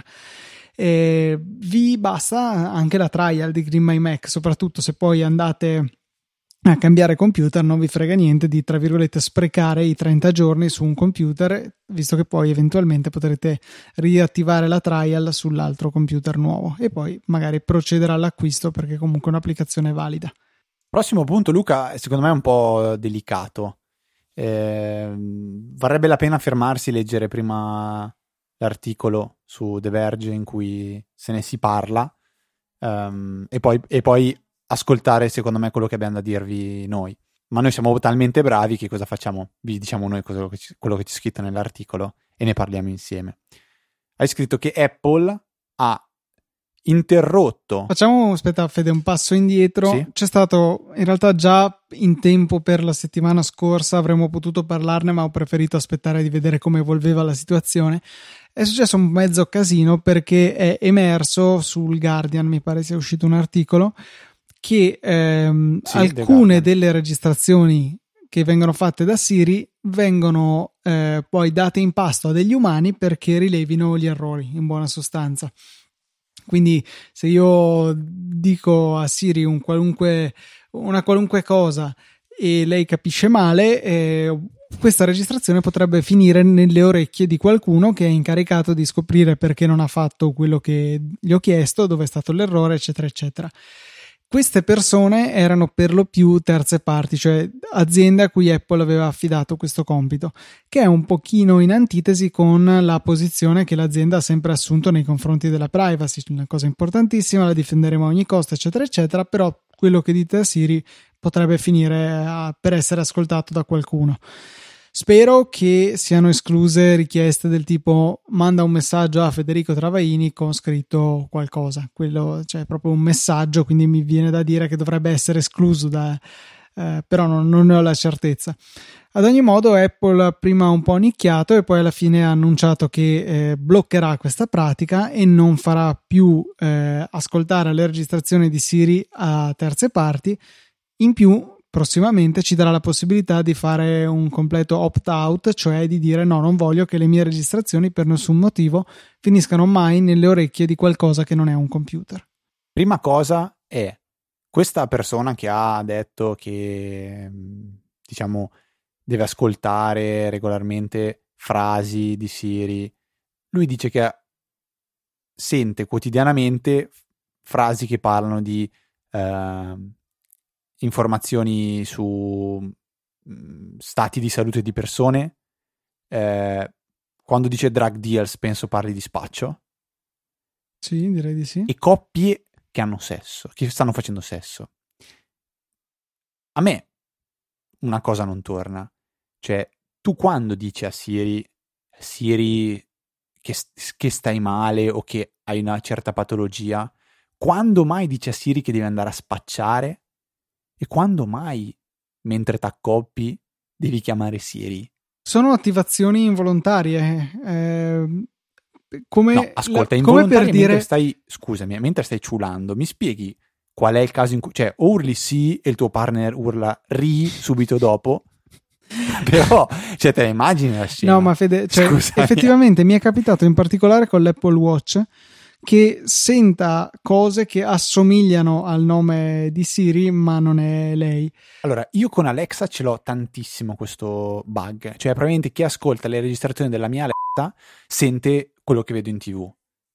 E vi basta anche la trial di Clean My Mac, soprattutto se poi andate a cambiare computer, non vi frega niente di, tra virgolette, sprecare i trenta giorni su un computer, visto che poi eventualmente potrete riattivare la trial sull'altro computer nuovo e poi magari procedere all'acquisto perché comunque è un'applicazione valida. Prossimo punto, Luca, secondo me è un po' delicato. Eh, varrebbe la pena fermarsi e leggere prima l'articolo su The Verge in cui se ne si parla um, e, poi, e poi ascoltare secondo me quello che abbiamo da dirvi noi. ma noi siamo talmente bravi che cosa facciamo? Vi diciamo noi cosa, quello che c'è scritto nell'articolo e ne parliamo insieme. Hai scritto che Apple ha interrotto. Facciamo, aspetta Fede, un passo indietro. Sì? C'è stato in realtà già in tempo per la settimana scorsa, avremmo potuto parlarne, ma ho preferito aspettare di vedere come evolveva la situazione. È successo un mezzo casino perché è emerso sul Guardian, mi pare sia uscito un articolo, che ehm, Sì, alcune delle registrazioni che vengono fatte da Siri vengono eh, poi date in pasto a degli umani perché rilevino gli errori, in buona sostanza. Quindi se io dico a Siri un qualunque, una qualunque cosa e lei capisce male, eh, questa registrazione potrebbe finire nelle orecchie di qualcuno che è incaricato di scoprire perché non ha fatto quello che gli ho chiesto, dove è stato l'errore, eccetera, eccetera. Queste persone erano per lo più terze parti, cioè aziende a cui Apple aveva affidato questo compito, che è un pochino in antitesi con la posizione che l'azienda ha sempre assunto nei confronti della privacy, una cosa importantissima, la difenderemo a ogni costo, eccetera, eccetera, però quello che dite a Siri potrebbe finire a, per essere ascoltato da qualcuno. Spero che siano escluse richieste del tipo manda un messaggio a Federico Travaini con scritto qualcosa, quello cioè proprio un messaggio, quindi mi viene da dire che dovrebbe essere escluso da, eh, però non, non ne ho la certezza. Ad ogni modo Apple prima ha un po' nicchiato e poi alla fine ha annunciato che eh, bloccherà questa pratica e non farà più eh, ascoltare le registrazioni di Siri a terze parti. In più prossimamente ci darà la possibilità di fare un completo opt-out, cioè di dire no, non voglio che le mie registrazioni per nessun motivo finiscano mai nelle orecchie di qualcosa che non è un computer. Prima cosa è questa persona che ha detto che, diciamo, deve ascoltare regolarmente frasi di Siri. Lui dice che sente quotidianamente frasi che parlano di eh, informazioni su mh, stati di salute di persone. Eh, quando dice drug deals penso parli di spaccio. Sì, direi di sì. E coppie che hanno sesso, che stanno facendo sesso. A me una cosa non torna. Cioè, tu quando dici a Siri Siri che, che stai male o che hai una certa patologia, quando mai dici a Siri che devi andare a spacciare? E quando mai, mentre t'accoppi, devi chiamare Siri? Sono attivazioni involontarie. Eh, come, no, ascolta, la, come per dire... mentre stai, scusami, mentre stai ciulando, mi spieghi qual è il caso in cui... Cioè, o urli sì e il tuo partner urla ri subito dopo... Però, cioè, te la immagini la scena? No, ma Fede, cioè, effettivamente mi è capitato in particolare con l'Apple Watch che senta cose che assomigliano al nome di Siri, ma non è lei. Allora, io con Alexa ce l'ho tantissimo questo bug. Cioè, probabilmente chi ascolta le registrazioni della mia Alexa sente quello che vedo in TV.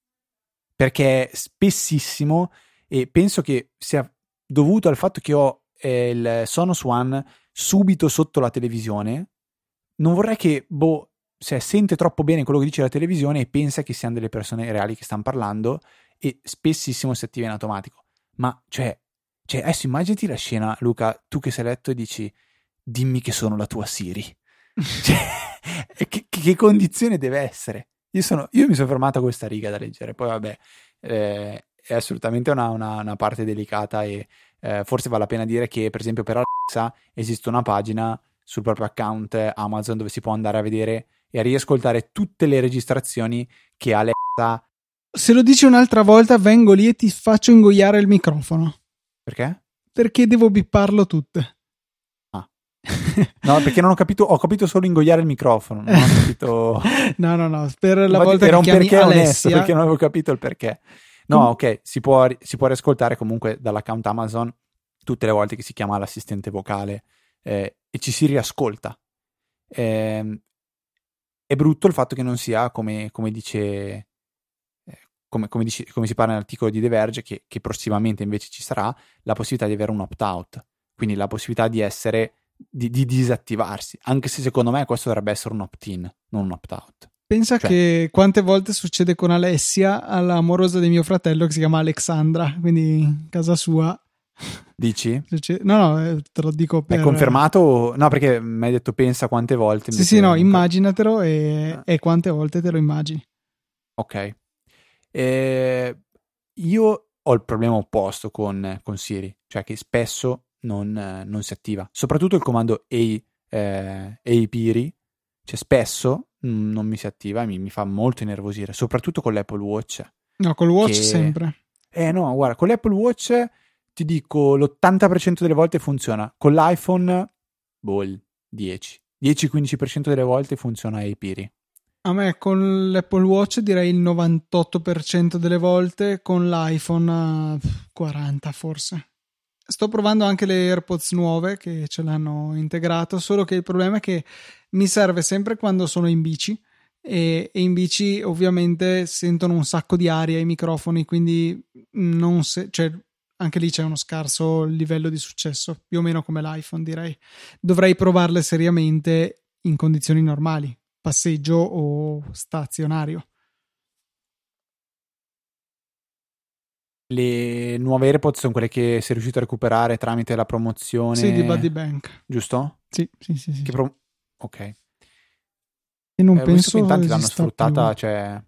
Perché spessissimo, e penso che sia dovuto al fatto che ho eh, il Sonos One subito sotto la televisione. Non vorrei che, boh, se sente troppo bene quello che dice la televisione e pensa che siano delle persone reali che stanno parlando, e spessissimo si attiva in automatico. Ma cioè, cioè adesso immaginati la scena, Luca, tu che sei a letto e dici dimmi che sono la tua Siri. Cioè, che, che condizione deve essere? Io, sono, io mi sono fermato a questa riga da leggere, poi vabbè, eh, è assolutamente una, una, una parte delicata e eh, forse vale la pena dire che per esempio per Alexa esiste una pagina sul proprio account Amazon dove si può andare a vedere e a riascoltare tutte le registrazioni che Alexa... Se lo dici un'altra volta vengo lì e ti faccio ingoiare il microfono. Perché? Perché devo bipparlo tutte. Ah. No, perché non ho capito, ho capito solo ingoiare il microfono, non ho capito... No, no, no, per la Infatti, volta era che un chiami perché Alessia... onesto, perché non avevo capito il perché. No, Com- ok, si può, si può riascoltare comunque dall'account Amazon tutte le volte che si chiama l'assistente vocale eh, e ci si riascolta. Eh, è brutto il fatto che non sia come, come dice eh, come, come, dice, come si parla nell'articolo di The Verge, che, che prossimamente invece ci sarà la possibilità di avere un opt-out, quindi la possibilità di essere di, di disattivarsi, anche se secondo me questo dovrebbe essere un opt-in, non un opt-out. Pensa cioè, che quante volte succede con Alessia, all'amorosa di mio fratello che si chiama Alexandra, quindi casa sua. Dici? No, no, eh, te lo dico per... È confermato? No, perché mi hai detto pensa quante volte. Sì, sì, no, non... immaginatelo e, ah. e quante volte te lo immagini. Ok. Eh, io ho il problema opposto con, con Siri, cioè che spesso non, non si attiva. Soprattto il comando A, eh, Apiri, cioè spesso mh, non mi si attiva e mi, mi fa molto innervosire, soprattutto con l'Apple Watch. No, col Watch che... sempre. Eh no, guarda, con l'Apple Watch ti dico l'ottanta per cento delle volte funziona. Con l'iPhone, boh, il dieci. dieci-quindici per cento delle volte funziona Apiri. A me con l'Apple Watch direi il novantotto per cento delle volte, con l'iPhone quaranta forse. Sto provando anche le AirPods nuove che ce l'hanno integrato, solo che il problema è che mi serve sempre quando sono in bici e, e in bici ovviamente sentono un sacco di aria i microfoni, quindi non se, cioè, anche lì c'è uno scarso livello di successo, più o meno come l'iPhone direi. Dovrei provarle seriamente in condizioni normali, passeggio o stazionario. Le nuove AirPods sono quelle che sei riuscito a recuperare tramite la promozione. Sì, di Buddy Bank. Giusto? Sì, sì, sì. sì. Che pro... Ok. E non eh, penso visto che in tanti l'hanno esista sfruttata, più. cioè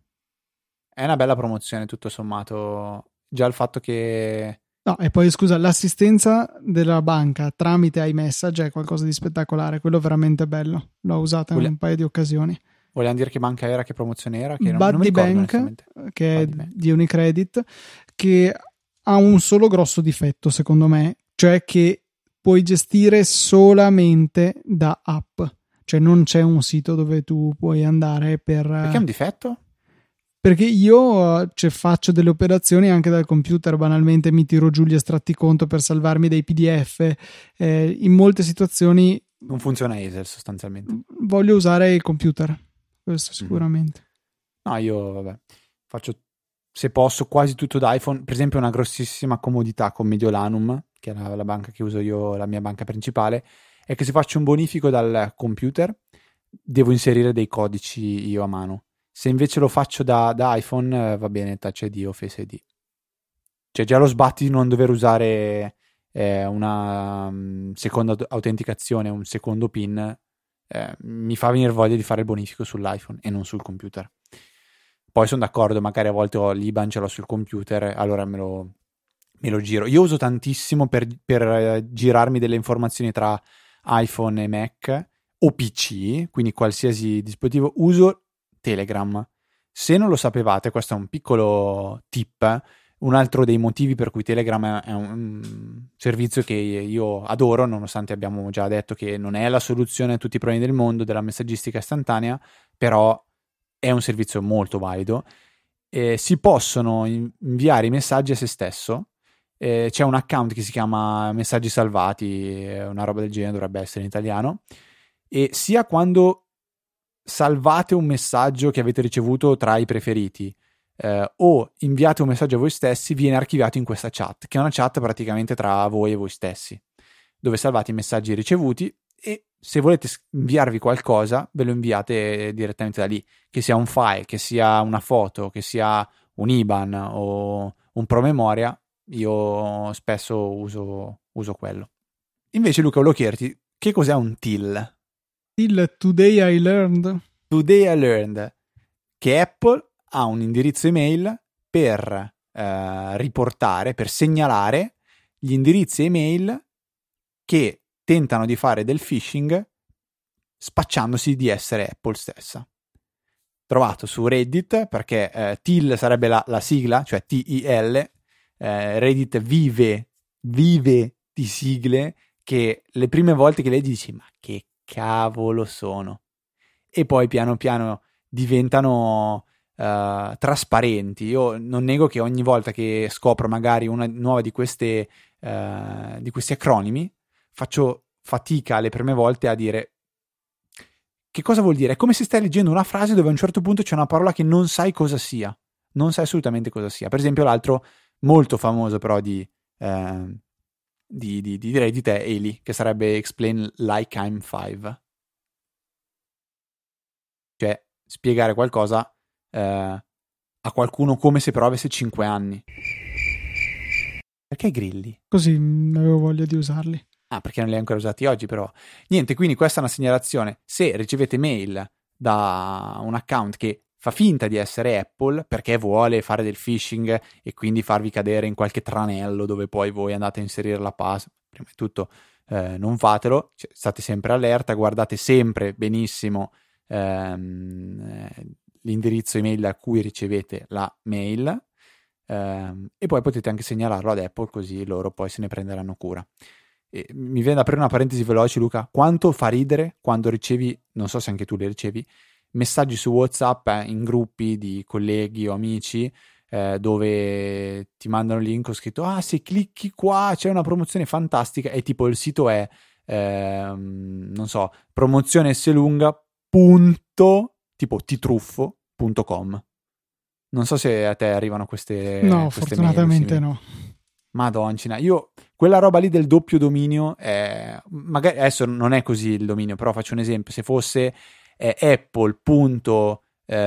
è una bella promozione tutto sommato. Già il fatto che... No, e poi scusa, l'assistenza della banca tramite iMessage è qualcosa di spettacolare, quello veramente bello. L'ho usata in Voglia... un paio di occasioni. Vogliamo dire che banca era, che promozione era? Che non, non mi Buddy ricordo Bank, onestamente. che è Buddy Bank. di Unicredit, che ha un solo grosso difetto, secondo me, cioè che puoi gestire solamente da app. Cioè non c'è un sito dove tu puoi andare per... Perché è un difetto? Perché io cioè, faccio delle operazioni anche dal computer, banalmente mi tiro giù gli estratti conto per salvarmi dei P D F. Eh, in molte situazioni non funziona Hazel sostanzialmente. Voglio usare il computer, questo sicuramente. Mm-hmm. No, io vabbè, faccio se posso quasi tutto da iPhone. Per esempio una grossissima comodità con Mediolanum, che è la, la banca che uso io, la mia banca principale, è che se faccio un bonifico dal computer devo inserire dei codici io a mano. Se invece lo faccio da, da iPhone, eh, va bene Touch I D o Face I D. Cioè già lo sbatti di non dover usare eh, una um, seconda autenticazione, un secondo PIN, eh, mi fa venire voglia di fare il bonifico sull'iPhone e non sul computer. Poi sono d'accordo, magari a volte ho l'I B A N, ce l'ho sul computer, allora me lo, me lo giro. Io uso tantissimo per, per eh, girarmi delle informazioni tra iPhone e Mac o P C, quindi qualsiasi dispositivo, uso Telegram. Se non lo sapevate, questo è un piccolo tip, un altro dei motivi per cui Telegram è un servizio che io adoro, nonostante abbiamo già detto che non è la soluzione a tutti i problemi del mondo della messaggistica istantanea, però è un servizio molto valido. Eh, si possono inviare i messaggi a se stesso. Eh, c'è un account che si chiama Messaggi Salvati, una roba del genere, dovrebbe essere in italiano, e sia quando salvate un messaggio che avete ricevuto tra i preferiti eh, o inviate un messaggio a voi stessi, viene archiviato in questa chat, che è una chat praticamente tra voi e voi stessi, dove salvate i messaggi ricevuti e se volete inviarvi qualcosa ve lo inviate direttamente da lì, che sia un file, che sia una foto, che sia un I B A N o un promemoria. Io spesso uso, uso quello. Invece Luca, volevo chiederti che cos'è un T I L? Il Today I Learned. Today I Learned che Apple ha un indirizzo email per eh, riportare, per segnalare gli indirizzi email che tentano di fare del phishing spacciandosi di essere Apple stessa. Trovato su Reddit, perché eh, T I L sarebbe la, la sigla, cioè T I L, eh, Reddit vive, vive di sigle che le prime volte che leggi dici ma che cavolo sono? E poi piano piano diventano uh, trasparenti. Io non nego che ogni volta che scopro magari una nuova di queste uh, di questi acronimi faccio fatica le prime volte a dire che cosa vuol dire. È come se stai leggendo una frase dove a un certo punto c'è una parola che non sai cosa sia, non sai assolutamente cosa sia. Per esempio l'altro molto famoso però di uh, di, di, di Reddit è E L I, che sarebbe Explain Like I'm Five, cioè spiegare qualcosa eh, a qualcuno come se però avesse cinque anni. Perché i grilli? Così mh, avevo voglia di usarli. Ah, perché non li hai ancora usati oggi, però. Niente, quindi questa è una segnalazione. Se ricevete mail da un account che fa finta di essere Apple perché vuole fare del phishing e quindi farvi cadere in qualche tranello dove poi voi andate a inserire la password, prima di tutto eh, non fatelo, cioè, state sempre allerta, guardate sempre benissimo ehm, l'indirizzo email da cui ricevete la mail ehm, e poi potete anche segnalarlo ad Apple, così loro poi se ne prenderanno cura. E mi viene da aprire una parentesi veloce, Luca. Quanto fa ridere quando ricevi, non so se anche tu le ricevi, messaggi su WhatsApp eh, in gruppi di colleghi o amici eh, dove ti mandano il link, ho scritto ah se clicchi qua c'è una promozione fantastica e tipo il sito è ehm, non so, promozione Selunga punto tipo titruffo punto com. Non so se a te arrivano queste No, queste fortunatamente mail, no. Madoncina, io quella roba lì del doppio dominio, eh, magari adesso non è così il dominio, però faccio un esempio, se fosse eh, apple punto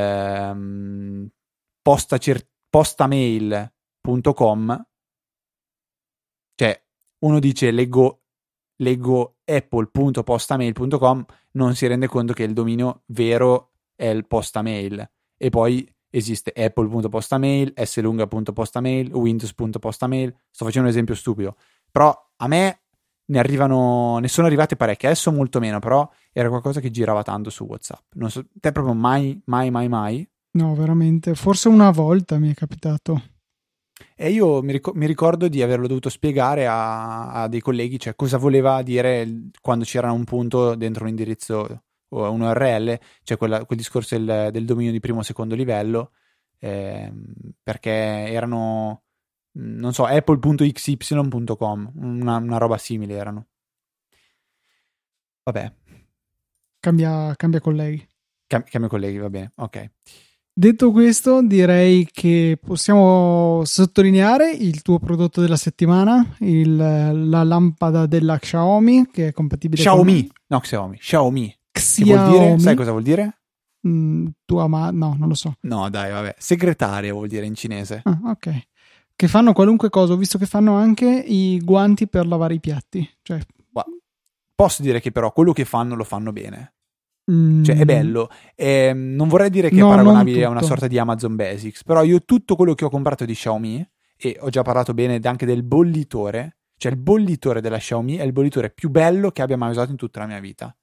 postamail punto com, cioè uno dice leggo, leggo apple punto postamail punto com, non si rende conto che il dominio vero è il postamail e poi esiste apple punto postamail, slunga punto postamail, windows punto postamail. Sto facendo un esempio stupido, però a me ne arrivano, ne sono arrivate parecchie, adesso molto meno, però era qualcosa che girava tanto su WhatsApp. Non so, te proprio mai, mai, mai, mai? No, veramente, forse una volta mi è capitato. E io mi, ric- mi ricordo di averlo dovuto spiegare a, a dei colleghi, cioè cosa voleva dire quando c'era un punto dentro un indirizzo o un U R L, cioè quella, quel discorso del, del dominio di primo o secondo livello, eh, perché erano, non so, apple punto x y punto com, una, una roba simile erano. Vabbè. Cambia, cambia colleghi. Cam- cambio colleghi, va bene, ok. Detto questo, direi che possiamo sottolineare il tuo prodotto della settimana, il, la lampada della Xiaomi, che è compatibile Xiaomi, con... no Xiaomi, Xiaomi. Xiaomi. Che vuol dire? Sai cosa vuol dire? Mm, tua ma... No, non lo so. No, dai, vabbè. Segretaria vuol dire in cinese. Ah, ok. Che fanno qualunque cosa. Ho visto che fanno anche i guanti per lavare i piatti. Cioè... Posso dire che però quello che fanno lo fanno bene. Mm. Cioè è bello. E, non vorrei dire che no, è paragonabile a una sorta di Amazon Basics, però io tutto quello che ho comprato di Xiaomi, e ho già parlato bene anche del bollitore, cioè il bollitore della Xiaomi è il bollitore più bello che abbia mai usato in tutta la mia vita.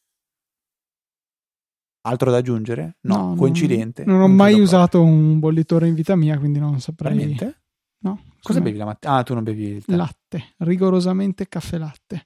Altro da aggiungere? No, no coincidente. Non, non ho mai usato un bollitore in vita mia, quindi non saprei. Veramente? No. Cosa bevi la mattina? Ah, tu non bevi il tè. Latte, rigorosamente caffè latte.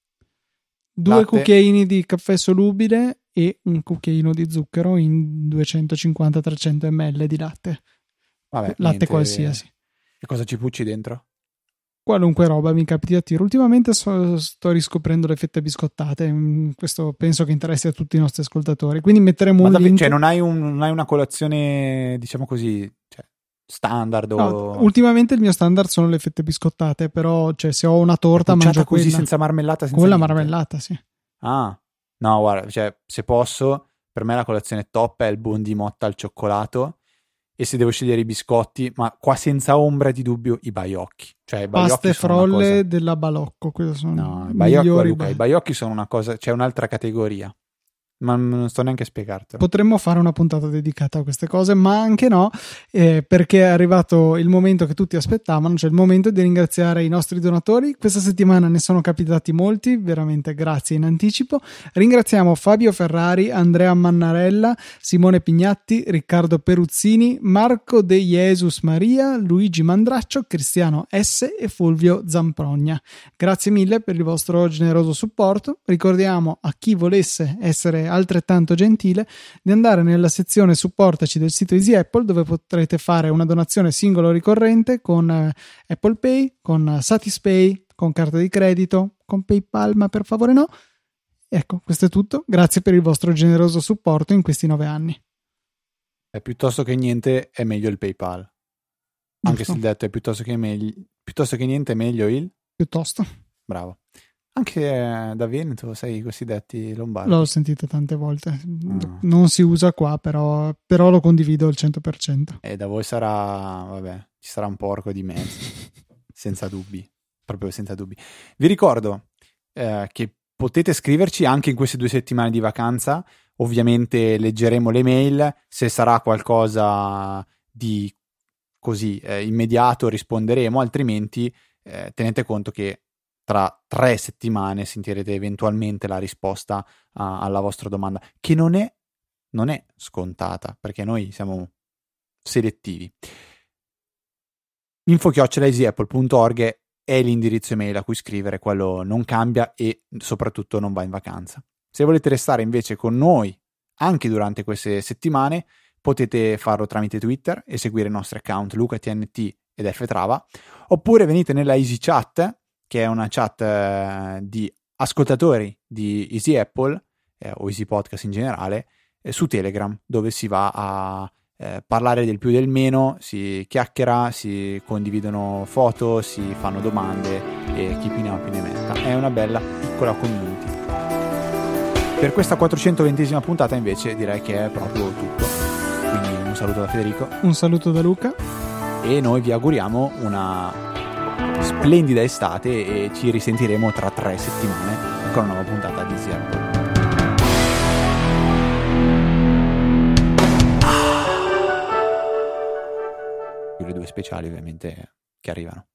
Due latte. cucchiaini di caffè solubile e un cucchiaino di zucchero in duecentocinquanta trecento millilitri di latte. Vabbè, latte niente. qualsiasi. E cosa ci pucci dentro? Qualunque roba mi capiti a tiro. Ultimamente so, sto riscoprendo le fette biscottate. Questo penso che interessi a tutti i nostri ascoltatori. Quindi metteremo Ma un davvero, link. Cioè non hai, un, non hai una colazione, diciamo così, cioè, standard o... No, ultimamente il mio standard sono le fette biscottate, però cioè, se ho una torta mangio così quella. senza marmellata, senza con la niente. marmellata, sì. Ah, no, guarda, cioè, se posso, per me la colazione top è il buon di motta al cioccolato, e se devo scegliere i biscotti, ma qua senza ombra di dubbio, i baiocchi. Cioè, i Pasta e frolle cosa... della Balocco, quello sono no, i i baiocchi, migliori. Luca, i baiocchi sono una cosa, c'è cioè un'altra categoria. Ma non sto neanche a spiegartelo. Potremmo fare una puntata dedicata a queste cose, ma anche no, eh, perché è arrivato il momento che tutti aspettavano, cioè il momento di ringraziare i nostri donatori. Questa settimana ne sono capitati molti, veramente grazie in anticipo. Ringraziamo Fabio Ferrari, Andrea Mannarella, Simone Pignatti, Riccardo Peruzzini, Marco De Jesus Maria, Luigi Mandraccio, Cristiano S e Fulvio Zamprogna. Grazie mille per il vostro generoso supporto. Ricordiamo a chi volesse essere altrettanto gentile di andare nella sezione supportaci del sito Easy Apple, dove potrete fare una donazione singola o ricorrente con eh, Apple Pay, con Satispay, con carta di credito, con PayPal, ma per favore no. Ecco, questo è tutto. Grazie per il vostro generoso supporto in questi nove anni. È piuttosto che niente è meglio il PayPal. Anche Giusto. se il detto è piuttosto che, meglio, piuttosto che niente è meglio il... Piuttosto. Bravo. Anche eh, da Veneto sai questi detti lombardi. L'ho sentito tante volte. Ah. Non si usa qua, però, però lo condivido al cento per cento. E da voi sarà, vabbè, ci sarà un porco di mezzo. senza dubbi, proprio senza dubbi. Vi ricordo eh, che potete scriverci anche in queste due settimane di vacanza. Ovviamente leggeremo le mail, se sarà qualcosa di così eh, immediato risponderemo, altrimenti eh, tenete conto che tra tre settimane sentirete eventualmente la risposta a, alla vostra domanda, che non è, non è scontata, perché noi siamo selettivi. info chiocciola easy apple punto org è l'indirizzo email a cui scrivere, quello non cambia e soprattutto non va in vacanza. Se volete restare invece con noi anche durante queste settimane, potete farlo tramite Twitter e seguire i nostri account LucaTNT ed Ftrava, oppure venite nella Easy Chat, che è una chat eh, di ascoltatori di Easy Apple eh, o Easy Podcast in generale, eh, su Telegram, dove si va a eh, parlare del più e del meno, si chiacchiera, si condividono foto, si fanno domande e chi più ne ha più ne metta. È una bella piccola community. Per questa quattrocentoventesima puntata invece direi che è proprio tutto. Quindi un saluto da Federico. Un saluto da Luca. E noi vi auguriamo una splendida estate e ci risentiremo tra tre settimane con una nuova puntata di Easy Apple. Le due speciali ovviamente che arrivano.